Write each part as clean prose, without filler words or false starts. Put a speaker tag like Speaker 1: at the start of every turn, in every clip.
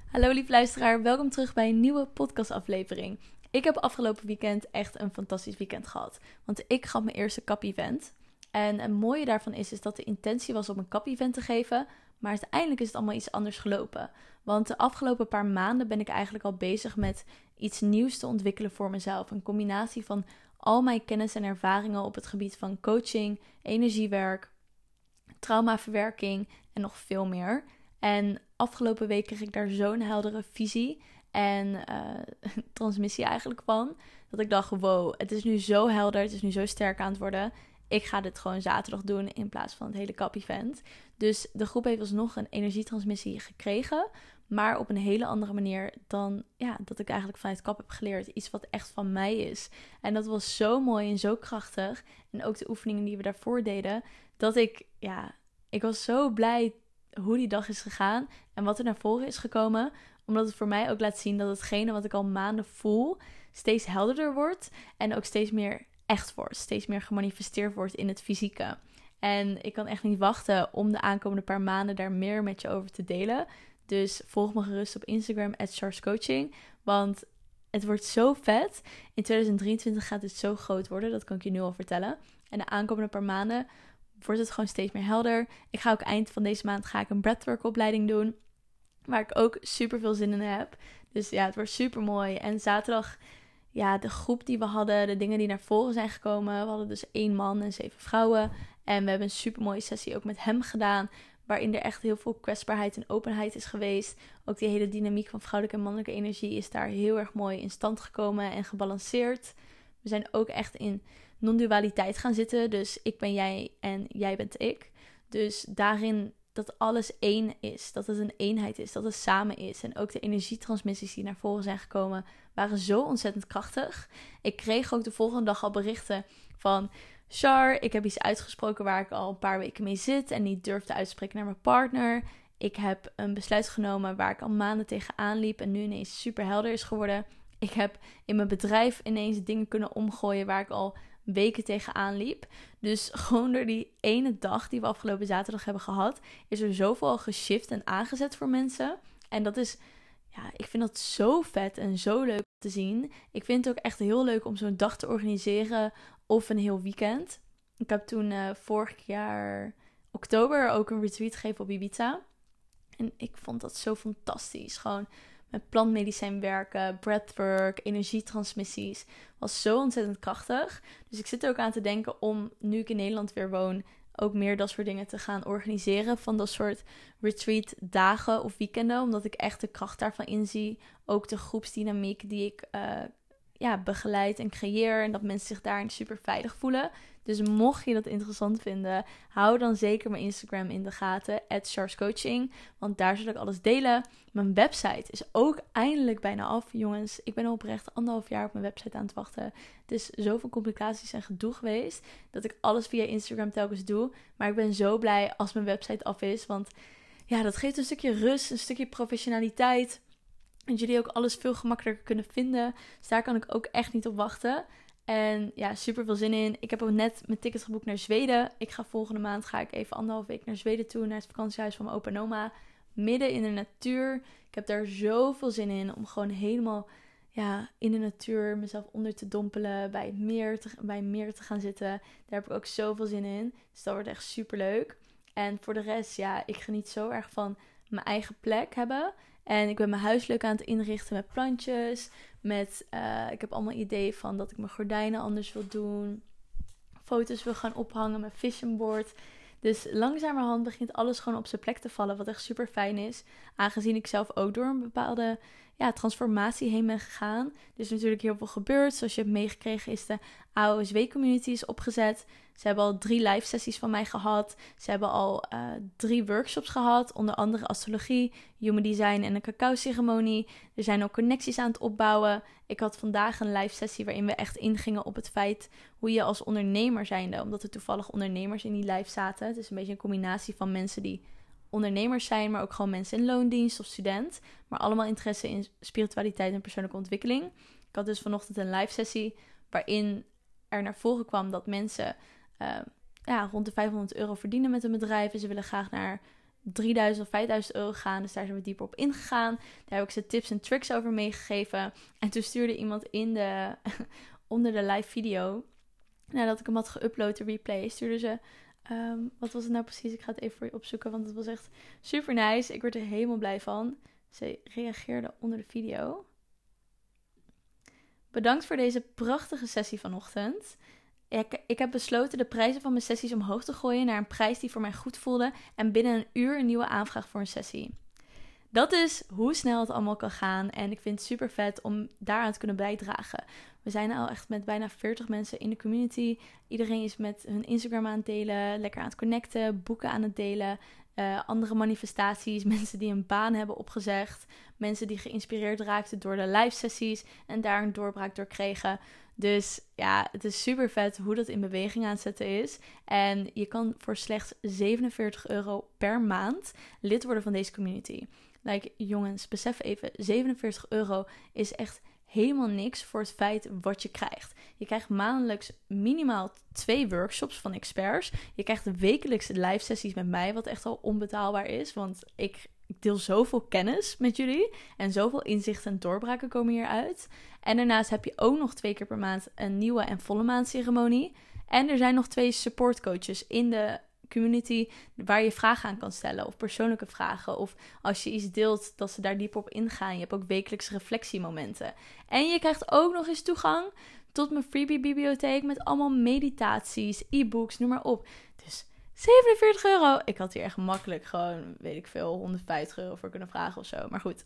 Speaker 1: Hallo lief luisteraar, welkom terug bij een nieuwe podcastaflevering. Ik heb afgelopen weekend echt een fantastisch weekend gehad. Want ik gaf mijn eerste kap-event. En het mooie daarvan is dat de intentie was om een kap-event te geven. Maar uiteindelijk is het allemaal iets anders gelopen. Want de afgelopen paar maanden ben ik eigenlijk al bezig met iets nieuws te ontwikkelen voor mezelf. Een combinatie van al mijn kennis en ervaringen op het gebied van coaching, energiewerk, traumaverwerking en nog veel meer. En afgelopen week kreeg ik daar zo'n heldere visie en transmissie eigenlijk van. Dat ik dacht, wow, het is nu zo helder, het is nu zo sterk aan het worden. Ik ga dit gewoon zaterdag doen in plaats van het hele kap-event. Dus de groep heeft alsnog een energietransmissie gekregen. Maar op een hele andere manier dan dat ik eigenlijk vanuit kap heb geleerd. Iets wat echt van mij is. En dat was zo mooi en zo krachtig. En ook de oefeningen die we daarvoor deden. Dat ik was zo blij hoe die dag is gegaan en wat er naar voren is gekomen. Omdat het voor mij ook laat zien dat hetgene wat ik al maanden voel steeds helderder wordt en ook steeds meer echt wordt. Steeds meer gemanifesteerd wordt in het fysieke. En ik kan echt niet wachten om de aankomende paar maanden daar meer met je over te delen. Dus volg me gerust op Instagram @charscoaching. Want het wordt zo vet. In 2023 gaat het zo groot worden. Dat kan ik je nu al vertellen. En de aankomende paar maanden wordt het gewoon steeds meer helder. Ik ga ook eind van deze maand een breathwork opleiding doen. Waar ik ook super veel zin in heb. Dus ja, het wordt super mooi. En zaterdag, de groep die we hadden, de dingen die naar voren zijn gekomen. We hadden dus 1 man en 7 vrouwen. En we hebben een super mooie sessie ook met hem gedaan. Waarin er echt heel veel kwetsbaarheid en openheid is geweest. Ook die hele dynamiek van vrouwelijke en mannelijke energie is daar heel erg mooi in stand gekomen en gebalanceerd. We zijn ook echt in non-dualiteit gaan zitten. Dus ik ben jij en jij bent ik. Dus daarin dat alles één is. Dat het een eenheid is. Dat het samen is. En ook de energietransmissies die naar voren zijn gekomen waren zo ontzettend krachtig. Ik kreeg ook de volgende dag al berichten van Char, ik heb iets uitgesproken waar ik al een paar weken mee zit en niet durfde uitspreken naar mijn partner. Ik heb een besluit genomen waar ik al maanden tegenaan liep en nu ineens super helder is geworden. Ik heb in mijn bedrijf ineens dingen kunnen omgooien waar ik al weken tegenaan liep. Dus gewoon door die ene dag die we afgelopen zaterdag hebben gehad, is er zoveel al geshift en aangezet voor mensen. En dat is, ik vind dat zo vet en zo leuk om te zien. Ik vind het ook echt heel leuk om zo'n dag te organiseren of een heel weekend. Ik heb toen vorig jaar oktober ook een retreat gegeven op Ibiza. En ik vond dat zo fantastisch. Gewoon met plantmedicijn werken, breathwork, energietransmissies. Was zo ontzettend krachtig. Dus ik zit er ook aan te denken om, nu ik in Nederland weer woon, ook meer dat soort dingen te gaan organiseren. Van dat soort retreat dagen of weekenden. Omdat ik echt de kracht daarvan inzie. Ook de groepsdynamiek die ik begeleid en creëer. En dat mensen zich daarin super veilig voelen. Dus mocht je dat interessant vinden, hou dan zeker mijn Instagram in de gaten, @charscoaching. Want daar zal ik alles delen. Mijn website is ook eindelijk bijna af, jongens. Ik ben al oprecht 1,5 jaar op mijn website aan het wachten. Het is zoveel complicaties en gedoe geweest dat ik alles via Instagram telkens doe. Maar ik ben zo blij als mijn website af is. Want dat geeft een stukje rust, een stukje professionaliteit. En jullie ook alles veel gemakkelijker kunnen vinden. Dus daar kan ik ook echt niet op wachten. En super veel zin in. Ik heb ook net mijn tickets geboekt naar Zweden. Volgende maand ga ik even 1,5 week naar Zweden toe. Naar het vakantiehuis van mijn opa en oma. Midden in de natuur. Ik heb daar zoveel zin in. Om gewoon helemaal in de natuur mezelf onder te dompelen. Bij het meer te gaan zitten. Daar heb ik ook zoveel zin in. Dus dat wordt echt super leuk. En voor de rest, ik geniet zo erg van mijn eigen plek hebben. En ik ben mijn huis leuk aan het inrichten met plantjes. Ik heb allemaal ideeën van dat ik mijn gordijnen anders wil doen. Foto's wil gaan ophangen met vision board. Dus langzamerhand begint alles gewoon op zijn plek te vallen. Wat echt super fijn is. Aangezien ik zelf ook door een bepaalde transformatie heen ben gegaan. Er is natuurlijk heel veel gebeurd. Zoals je hebt meegekregen is de AOSW-community is opgezet. Ze hebben al 3 live sessies van mij gehad. Ze hebben al 3 workshops gehad. Onder andere astrologie, human design en een cacao-ceremonie. Er zijn ook connecties aan het opbouwen. Ik had vandaag een live sessie waarin we echt ingingen op het feit hoe je als ondernemer zijnde, omdat er toevallig ondernemers in die live zaten. Het is een beetje een combinatie van mensen die ondernemers zijn, maar ook gewoon mensen in loondienst of student. Maar allemaal interesse in spiritualiteit en persoonlijke ontwikkeling. Ik had dus vanochtend een live sessie waarin er naar voren kwam dat mensen rond de €500 verdienen met een bedrijf. En ze willen graag naar 3000 of 5000 euro gegaan. Dus daar zijn we dieper op ingegaan. Daar heb ik ze tips en tricks over meegegeven. En toen stuurde iemand onder de live video, nadat ik hem had geüpload, de replay, stuurde ze... wat was het nou precies? Ik ga het even voor je opzoeken, want het was echt super nice. Ik werd er helemaal blij van. Ze reageerde onder de video. Bedankt voor deze prachtige sessie vanochtend. Ik heb besloten de prijzen van mijn sessies omhoog te gooien naar een prijs die voor mij goed voelde en binnen een uur een nieuwe aanvraag voor een sessie. Dat is hoe snel het allemaal kan gaan en ik vind het super vet om daaraan te kunnen bijdragen. We zijn al echt met bijna 40 mensen in de community. Iedereen is met hun Instagram aan het delen, lekker aan het connecten, boeken aan het delen. Andere manifestaties, mensen die een baan hebben opgezegd. Mensen die geïnspireerd raakten door de live sessies en daar een doorbraak door kregen. Dus ja, het is super vet hoe dat in beweging aan het zetten is. En je kan voor slechts €47 per maand lid worden van deze community. Like, jongens, besef even, €47 is echt helemaal niks voor het feit wat je krijgt. Je krijgt maandelijks minimaal 2 workshops van experts. Je krijgt wekelijks live sessies met mij, wat echt al onbetaalbaar is. Want ik deel zoveel kennis met jullie. En zoveel inzichten en doorbraken komen hieruit. En daarnaast heb je ook nog 2 keer per maand een nieuwe en volle maandceremonie. En er zijn nog 2 supportcoaches in de community waar je vragen aan kan stellen. Of persoonlijke vragen. Of als je iets deelt, dat ze daar dieper op ingaan. Je hebt ook wekelijks reflectiemomenten. En je krijgt ook nog eens toegang tot mijn freebie-bibliotheek met allemaal meditaties, e-books, noem maar op. Dus €47. Ik had hier echt makkelijk gewoon, weet ik veel, €150 voor kunnen vragen of zo. Maar goed,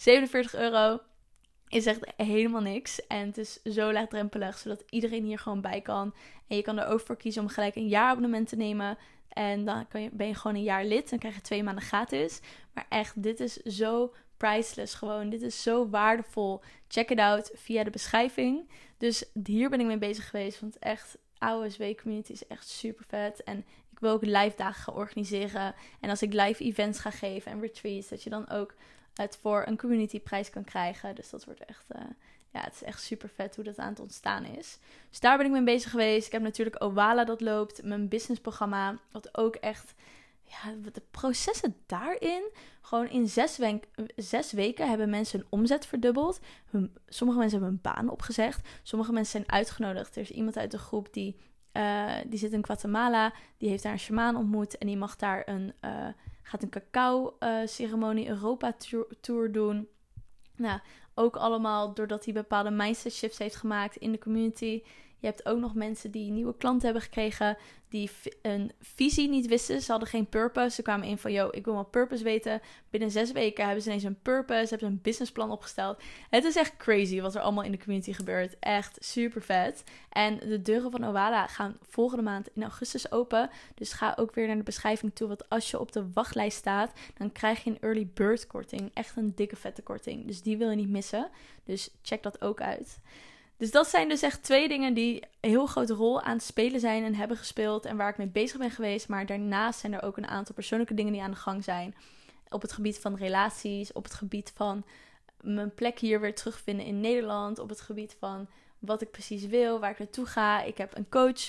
Speaker 1: €47 is echt helemaal niks. En het is zo laagdrempelig, zodat iedereen hier gewoon bij kan. En je kan er ook voor kiezen om gelijk een jaarabonnement te nemen. En dan ben je gewoon een jaar lid. Dan krijg je 2 maanden gratis. Maar echt, dit is zo priceless gewoon. Dit is zo waardevol. Check it out via de beschrijving. Dus hier ben ik mee bezig geweest. Want echt, AOSW community is echt super vet. En ik wil ook live dagen gaan organiseren. En als ik live events ga geven en retreats, dat je dan ook het voor een community prijs kan krijgen. Dus dat wordt echt, het is echt super vet hoe dat aan het ontstaan is. Dus daar ben ik mee bezig geweest. Ik heb natuurlijk Owala dat loopt, mijn businessprogramma. Wat ook echt, de processen daarin. Gewoon in 6 weken hebben mensen hun omzet verdubbeld. Sommige mensen hebben hun baan opgezegd. Sommige mensen zijn uitgenodigd. Er is iemand uit de groep die zit in Guatemala. Die heeft daar een shamaan ontmoet. En die mag daar gaat een cacao ceremonie Europa tour doen. Nou, ook allemaal doordat hij bepaalde mindset shifts heeft gemaakt in de community. Je hebt ook nog mensen die nieuwe klanten hebben gekregen, die een visie niet wisten. Ze hadden geen purpose. Ze kwamen in van, ik wil mijn purpose weten. Binnen 6 weken hebben ze ineens een purpose, hebben ze een businessplan opgesteld. Het is echt crazy wat er allemaal in de community gebeurt. Echt super vet. En de deuren van Owala gaan volgende maand in augustus open. Dus ga ook weer naar de beschrijving toe. Want als je op de wachtlijst staat, dan krijg je een early bird korting. Echt een dikke vette korting. Dus die wil je niet missen. Dus check dat ook uit. Dus dat zijn dus echt 2 dingen die een heel grote rol aan het spelen zijn en hebben gespeeld. En waar ik mee bezig ben geweest. Maar daarnaast zijn er ook een aantal persoonlijke dingen die aan de gang zijn. Op het gebied van relaties. Op het gebied van mijn plek hier weer terugvinden in Nederland. Op het gebied van wat ik precies wil. Waar ik naartoe ga. Ik heb een coach.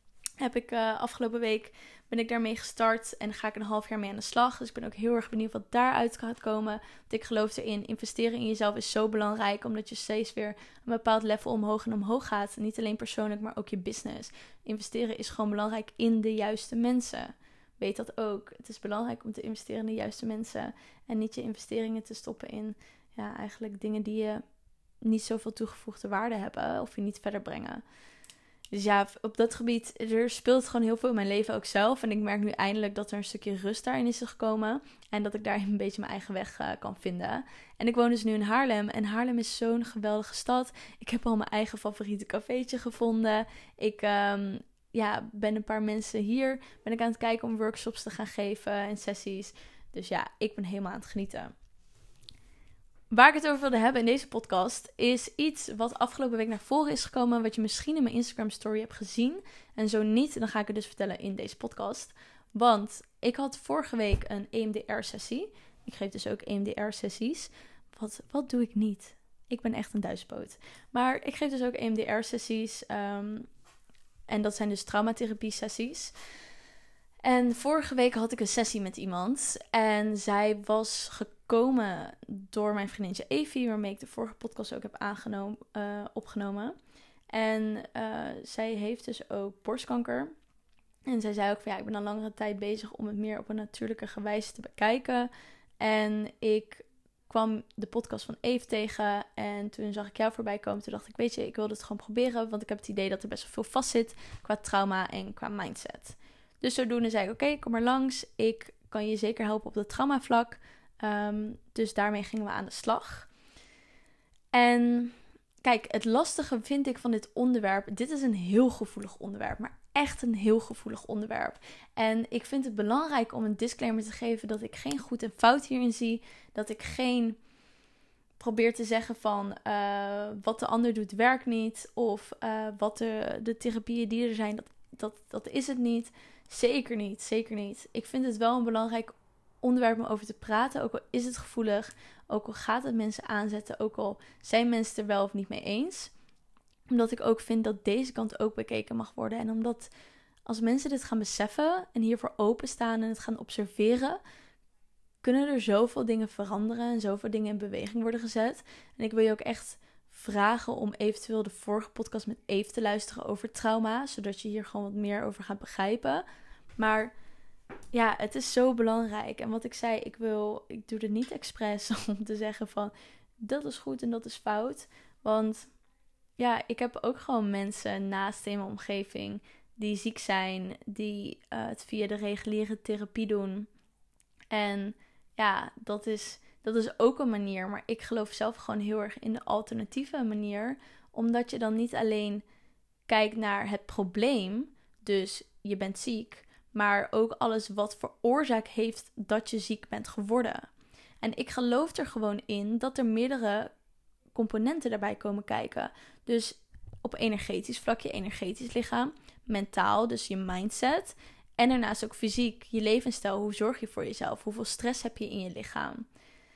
Speaker 1: Afgelopen week ben ik daarmee gestart. En ga ik een half jaar mee aan de slag. Dus ik ben ook heel erg benieuwd wat daaruit gaat komen. Want ik geloof erin. Investeren in jezelf is zo belangrijk. Omdat je steeds weer een bepaald level omhoog en omhoog gaat. Niet alleen persoonlijk, maar ook je business. Investeren is gewoon belangrijk in de juiste mensen. Weet dat ook. Het is belangrijk om te investeren in de juiste mensen. En niet je investeringen te stoppen in eigenlijk dingen die je niet zoveel toegevoegde waarde hebben. Of je niet verder brengen. Dus op dat gebied, er speelt gewoon heel veel in mijn leven ook zelf. En ik merk nu eindelijk dat er een stukje rust daarin is gekomen. En dat ik daar een beetje mijn eigen weg kan vinden. En ik woon dus nu in Haarlem. En Haarlem is zo'n geweldige stad. Ik heb al mijn eigen favoriete cafeetje gevonden. Ik ben een paar mensen hier. Ben ik aan het kijken om workshops te gaan geven en sessies. Dus ik ben helemaal aan het genieten. Waar ik het over wilde hebben in deze podcast is iets wat afgelopen week naar voren is gekomen, wat je misschien in mijn Instagram story hebt gezien. En zo niet, dan ga ik het dus vertellen in deze podcast. Want ik had vorige week een EMDR-sessie. Ik geef dus ook EMDR-sessies. Wat doe ik niet? Ik ben echt een duizendpoot. Maar ik geef dus ook EMDR-sessies. En dat zijn dus traumatherapie-sessies. En vorige week had ik een sessie met iemand. En zij was gekomen door mijn vriendinnetje Evie, waarmee ik de vorige podcast ook heb opgenomen. En zij heeft dus ook borstkanker. En zij zei ook van ja, ik ben al langere tijd bezig om het meer op een natuurlijke wijze te bekijken. En ik kwam de podcast van Eve tegen en toen zag ik jou voorbij komen. Toen dacht ik, weet je, ik wil dit gewoon proberen, want ik heb het idee dat er best wel veel vast zit qua trauma en qua mindset. Dus zodoende zei ik, oké, kom maar langs. Ik kan je zeker helpen op het traumavlak. Dus daarmee gingen we aan de slag. En kijk, het lastige vind ik van dit onderwerp, dit is een heel gevoelig onderwerp, maar echt een heel gevoelig onderwerp. En ik vind het belangrijk om een disclaimer te geven dat ik geen goed en fout hierin zie. Dat ik geen probeer te zeggen van wat de ander doet werkt niet. Of wat de therapieën die er zijn, dat is het niet. Zeker niet, zeker niet. Ik vind het wel een belangrijk onderwerp om over te praten. Ook al is het gevoelig, ook al gaat het mensen aanzetten, ook al zijn mensen het er wel of niet mee eens. Omdat ik ook vind dat deze kant ook bekeken mag worden. En omdat als mensen dit gaan beseffen en hiervoor openstaan en het gaan observeren, kunnen er zoveel dingen veranderen en zoveel dingen in beweging worden gezet. En ik wil je ook echt vragen om eventueel de vorige podcast met Eve te luisteren over trauma, zodat je hier gewoon wat meer over gaat begrijpen. Maar ja, het is zo belangrijk. En wat ik zei, ik doe het niet expres om te zeggen van dat is goed en dat is fout. Want ja, ik heb ook gewoon mensen naast in mijn omgeving die ziek zijn, die het via de reguliere therapie doen. En ja, dat is ook een manier. Maar ik geloof zelf gewoon heel erg in de alternatieve manier. Omdat je dan niet alleen kijkt naar het probleem, dus je bent ziek, maar ook alles wat veroorzaakt heeft dat je ziek bent geworden. En ik geloof er gewoon in dat er meerdere componenten daarbij komen kijken. Dus op energetisch vlak, je energetisch lichaam, mentaal, dus je mindset. En daarnaast ook fysiek, je levensstijl. Hoe zorg je voor jezelf? Hoeveel stress heb je in je lichaam?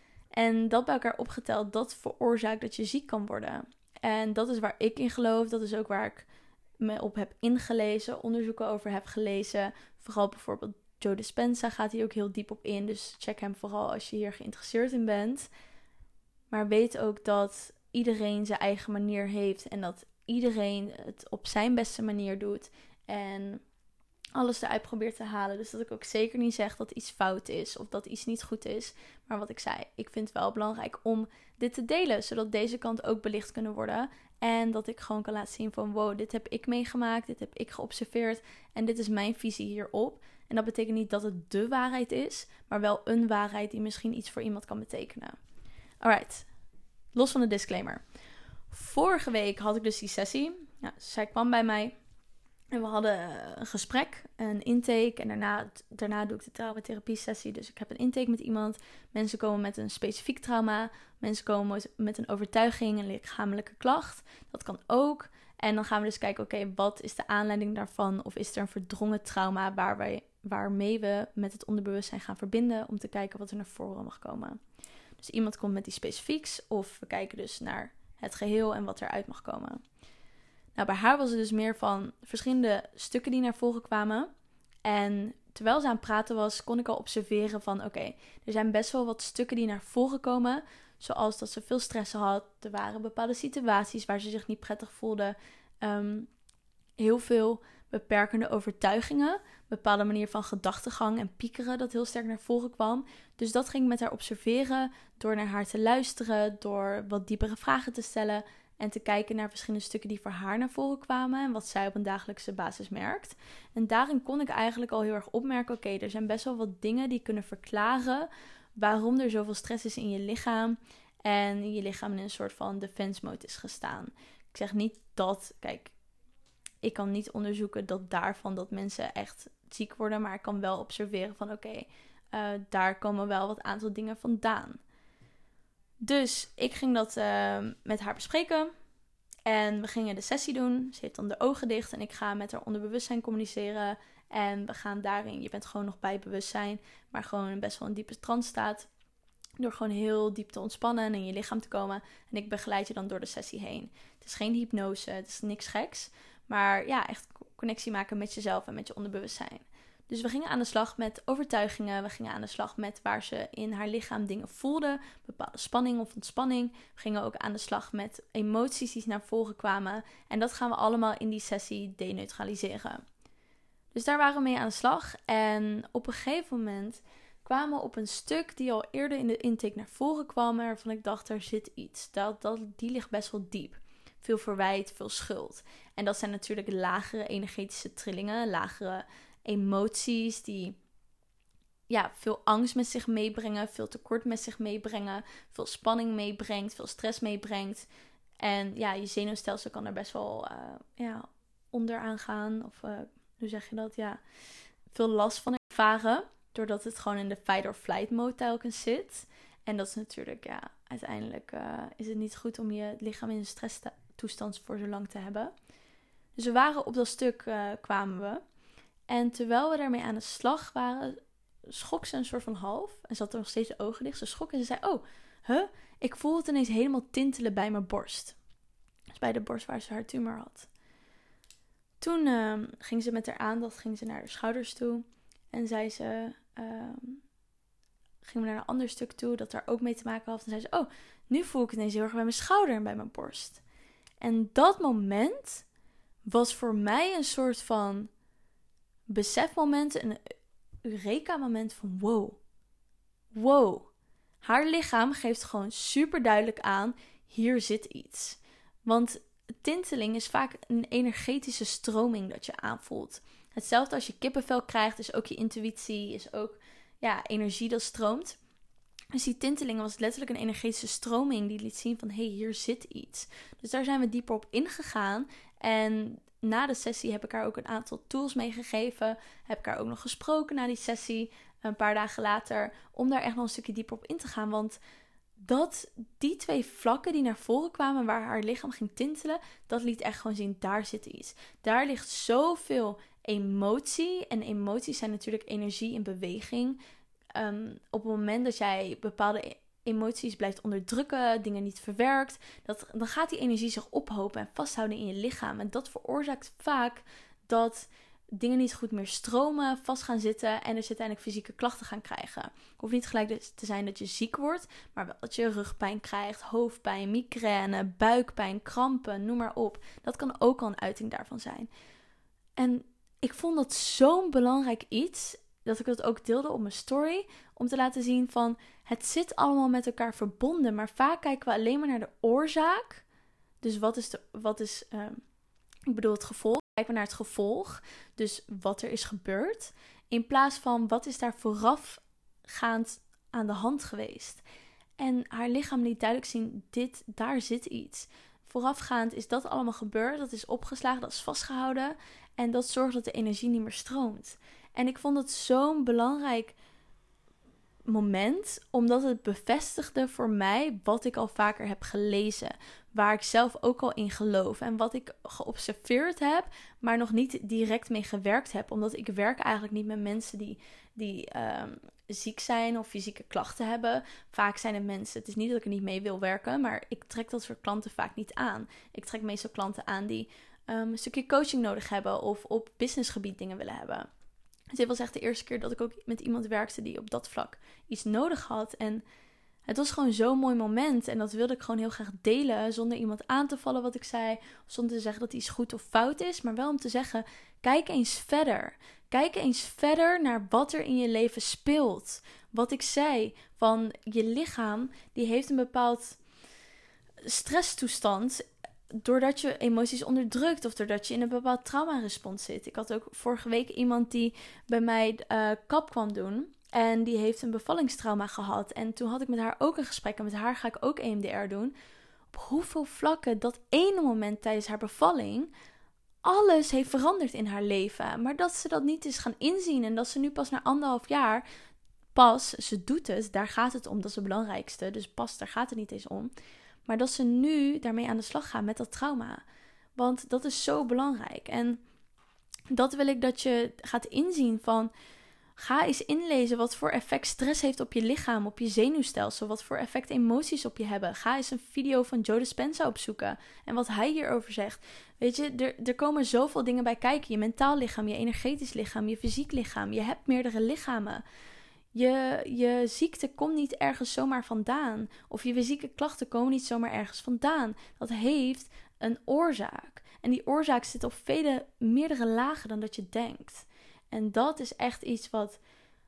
Speaker 1: En dat bij elkaar opgeteld, dat veroorzaakt dat je ziek kan worden. En dat is waar ik in geloof. Dat is ook waar ik me op heb ingelezen, onderzoeken over heb gelezen. Vooral bijvoorbeeld Joe Dispenza gaat hier ook heel diep op in. Dus check hem vooral als je hier geïnteresseerd in bent. Maar weet ook dat iedereen zijn eigen manier heeft. En dat iedereen het op zijn beste manier doet. En alles eruit probeert te halen. Dus dat ik ook zeker niet zeg dat iets fout is. Of dat iets niet goed is. Maar wat ik zei, ik vind het wel belangrijk om dit te delen. Zodat deze kant ook belicht kunnen worden. En dat ik gewoon kan laten zien van wow, dit heb ik meegemaakt. Dit heb ik geobserveerd. En dit is mijn visie hierop. En dat betekent niet dat het de waarheid is. Maar wel een waarheid die misschien iets voor iemand kan betekenen. Alright. Los van de disclaimer. Vorige week had ik dus die sessie. Ja, zij kwam bij mij. En we hadden een gesprek, een intake. En daarna doe ik de traumatherapie sessie. Dus ik heb een intake met iemand. Mensen komen met een specifiek trauma. Mensen komen met een overtuiging, een lichamelijke klacht. Dat kan ook. En dan gaan we dus kijken, oké, wat is de aanleiding daarvan? Of is er een verdrongen trauma waarmee we met het onderbewustzijn gaan verbinden om te kijken wat er naar voren mag komen. Dus iemand komt met die specifieks of we kijken dus naar het geheel en wat eruit mag komen. Nou, bij haar was het dus meer van verschillende stukken die naar voren kwamen. En terwijl ze aan het praten was, kon ik al observeren van oké, er zijn best wel wat stukken die naar voren komen. Zoals dat ze veel stress had. Er waren bepaalde situaties waar ze zich niet prettig voelde. Heel veel beperkende overtuigingen. Bepaalde manier van gedachtegang en piekeren dat heel sterk naar voren kwam. Dus dat ging ik met haar observeren. Door naar haar te luisteren. Door wat diepere vragen te stellen. En te kijken naar verschillende stukken die voor haar naar voren kwamen. En wat zij op een dagelijkse basis merkt. En daarin kon ik eigenlijk al heel erg opmerken. Oké, er zijn best wel wat dingen die kunnen verklaren waarom er zoveel stress is in je lichaam. En je lichaam in een soort van defense mode is gestaan. Ik zeg niet dat, kijk, ik kan niet onderzoeken dat mensen echt ziek worden. Maar ik kan wel observeren van oké, daar komen wel wat aantal dingen vandaan. Dus ik ging dat met haar bespreken. En we gingen de sessie doen. Ze heeft dan de ogen dicht. En ik ga met haar onderbewustzijn communiceren. En we gaan daarin, je bent gewoon nog bij bewustzijn. Maar gewoon best wel een diepe trance staat. Door gewoon heel diep te ontspannen en in je lichaam te komen. En ik begeleid je dan door de sessie heen. Het is geen hypnose, het is niks geks. Maar ja, echt connectie maken met jezelf en met je onderbewustzijn. Dus we gingen aan de slag met overtuigingen. We gingen aan de slag met waar ze in haar lichaam dingen voelde. Bepaalde spanning of ontspanning. We gingen ook aan de slag met emoties die naar voren kwamen. En dat gaan we allemaal in die sessie deneutraliseren. Dus daar waren we mee aan de slag. En op een gegeven moment kwamen we op een stuk die al eerder in de intake naar voren kwam. Waarvan ik dacht, er zit iets. Die ligt best wel diep. Veel verwijt, veel schuld. En dat zijn natuurlijk lagere energetische trillingen. Lagere emoties die veel angst met zich meebrengen. Veel tekort met zich meebrengen. Veel spanning meebrengt. Veel stress meebrengt. En je zenuwstelsel kan er best wel onderaan gaan. Of hoe zeg je dat? Ja, veel last van ervaren. Doordat het gewoon in de fight or flight mode telkens zit. En dat is natuurlijk, uiteindelijk is het niet goed om je lichaam in een stresstoestand voor zo lang te hebben. Dus we waren op dat stuk, kwamen we. En terwijl we daarmee aan de slag waren, schrok ze een soort van half. En ze had er nog steeds de ogen dicht. Ze schrok en ze zei, ik voel het ineens helemaal tintelen bij mijn borst. Dus bij de borst waar ze haar tumor had. Toen ging ze met haar aandacht naar haar schouders toe. En zei ze, gingen we naar een ander stuk toe dat daar ook mee te maken had. En zei ze, nu voel ik het ineens heel erg bij mijn schouder en bij mijn borst. En dat moment was voor mij een soort van besefmoment, een Eureka-moment van wow. Haar lichaam geeft gewoon super duidelijk aan, hier zit iets. Want tinteling is vaak een energetische stroming dat je aanvoelt. Hetzelfde als je kippenvel krijgt, is ook je intuïtie, is ook energie dat stroomt. Dus die tinteling was letterlijk een energetische stroming die liet zien van, hier zit iets. Dus daar zijn we dieper op ingegaan. En na de sessie heb ik haar ook een aantal tools meegegeven. Heb ik haar ook nog gesproken na die sessie, een paar dagen later, om daar echt nog een stukje dieper op in te gaan. Want die 2 vlakken die naar voren kwamen, waar haar lichaam ging tintelen, dat liet echt gewoon zien, daar zit iets. Daar ligt zoveel emotie. En emoties zijn natuurlijk energie in beweging. Op het moment dat jij bepaalde emoties blijft onderdrukken, dingen niet verwerkt, dan gaat die energie zich ophopen en vasthouden in je lichaam. En dat veroorzaakt vaak dat dingen niet goed meer stromen, vast gaan zitten en dus uiteindelijk fysieke klachten gaan krijgen. Het hoeft niet gelijk te zijn dat je ziek wordt, maar wel dat je rugpijn krijgt, hoofdpijn, migraine, buikpijn, krampen, noem maar op. Dat kan ook al een uiting daarvan zijn. En ik vond dat zo'n belangrijk iets, dat ik dat ook deelde op mijn story, om te laten zien van, het zit allemaal met elkaar verbonden, maar vaak kijken we alleen maar naar de oorzaak. Dus het gevolg. Kijken we naar het gevolg, dus wat er is gebeurd, in plaats van wat is daar voorafgaand aan de hand geweest. En haar lichaam liet duidelijk zien, daar zit iets. Voorafgaand is dat allemaal gebeurd, dat is opgeslagen, dat is vastgehouden en dat zorgt dat de energie niet meer stroomt. En ik vond het zo'n belangrijk moment, omdat het bevestigde voor mij wat ik al vaker heb gelezen, waar ik zelf ook al in geloof en wat ik geobserveerd heb, maar nog niet direct mee gewerkt heb, omdat ik werk eigenlijk niet met mensen die ziek zijn of fysieke klachten hebben. Vaak zijn het mensen, het is niet dat ik er niet mee wil werken, maar ik trek dat soort klanten vaak niet aan. Ik trek meestal klanten aan die een stukje coaching nodig hebben of op businessgebied dingen willen hebben. Dus dit was echt de eerste keer dat ik ook met iemand werkte die op dat vlak iets nodig had. En het was gewoon zo'n mooi moment. En dat wilde ik gewoon heel graag delen. Zonder iemand aan te vallen wat ik zei. Of zonder te zeggen dat iets goed of fout is. Maar wel om te zeggen, kijk eens verder. Kijk eens verder naar wat er in je leven speelt. Wat ik zei, van je lichaam, die heeft een bepaald stresstoestand, doordat je emoties onderdrukt of doordat je in een bepaald traumarespons zit. Ik had ook vorige week iemand die bij mij kap kwam doen. En die heeft een bevallingstrauma gehad. En toen had ik met haar ook een gesprek. En met haar ga ik ook EMDR doen. Op hoeveel vlakken dat ene moment tijdens haar bevalling alles heeft veranderd in haar leven. Maar dat ze dat niet is gaan inzien. En dat ze nu pas na 1,5 jaar ze doet het. Daar gaat het om. Dat is het belangrijkste. Dus daar gaat het niet eens om. Maar dat ze nu daarmee aan de slag gaan met dat trauma. Want dat is zo belangrijk. En dat wil ik dat je gaat inzien van, Ga eens inlezen wat voor effect stress heeft op je lichaam, op je zenuwstelsel. Wat voor effect emoties op je hebben. Ga eens een video van Joe Dispenza opzoeken. En wat hij hierover zegt. Weet je, er komen zoveel dingen bij kijken. Je mentaal lichaam, je energetisch lichaam, je fysiek lichaam. Je hebt meerdere lichamen. Je ziekte komt niet ergens zomaar vandaan. Of je fysieke klachten komen niet zomaar ergens vandaan. Dat heeft een oorzaak. En die oorzaak zit op meerdere lagen dan dat je denkt. En dat is echt iets wat,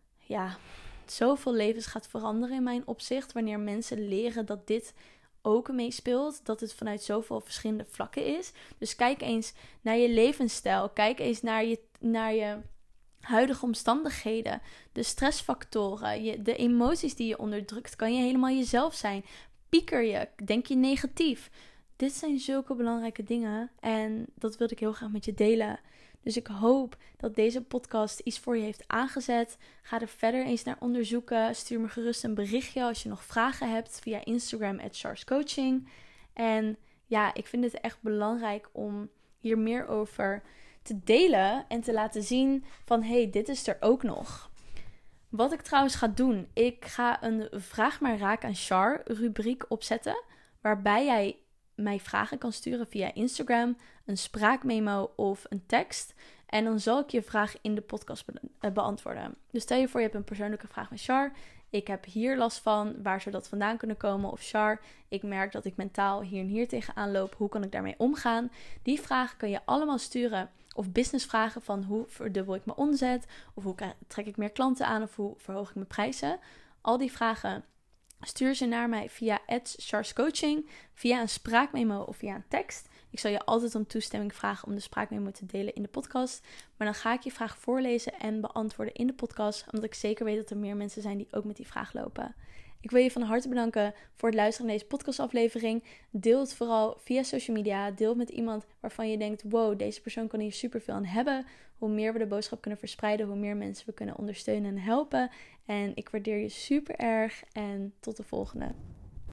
Speaker 1: zoveel levens gaat veranderen in mijn opzicht. Wanneer mensen leren dat dit ook meespeelt. Dat het vanuit zoveel verschillende vlakken is. Dus kijk eens naar je levensstijl. Kijk eens naar je huidige omstandigheden. De stressfactoren. De emoties die je onderdrukt. Kan je helemaal jezelf zijn? Pieker je? Denk je negatief? Dit zijn zulke belangrijke dingen. En dat wilde ik heel graag met je delen. Dus ik hoop dat deze podcast iets voor je heeft aangezet. Ga er verder eens naar onderzoeken. Stuur me gerust een berichtje als je nog vragen hebt via Instagram @charscoaching. En ik vind het echt belangrijk om hier meer over te delen en te laten zien van hey, dit is er ook nog. Wat ik trouwens ga doen, ik ga een Vraag maar raak aan Char rubriek opzetten, waarbij jij mij vragen kan sturen via Instagram, een spraakmemo of een tekst. En dan zal ik je vraag in de podcast beantwoorden. Dus stel je voor, je hebt een persoonlijke vraag met Char. Ik heb hier last van, waar zou dat vandaan kunnen komen? Of Char, ik merk dat ik mentaal hier en hier tegenaan loop. Hoe kan ik daarmee omgaan? Die vragen kun je allemaal sturen. Of businessvragen van hoe verdubbel ik mijn omzet? Of hoe trek ik meer klanten aan? Of hoe verhoog ik mijn prijzen? Al die vragen stuur ze naar mij via @charscoaching, via een spraakmemo of via een tekst. Ik zal je altijd om toestemming vragen om de spraakmemo te delen in de podcast. Maar dan ga ik je vraag voorlezen en beantwoorden in de podcast, omdat ik zeker weet dat er meer mensen zijn die ook met die vraag lopen. Ik wil je van harte bedanken voor het luisteren naar deze podcastaflevering. Deel het vooral via social media. Deel het met iemand waarvan je denkt, wow, deze persoon kan hier superveel aan hebben. Hoe meer we de boodschap kunnen verspreiden, hoe meer mensen we kunnen ondersteunen en helpen. En ik waardeer je super erg en tot de volgende.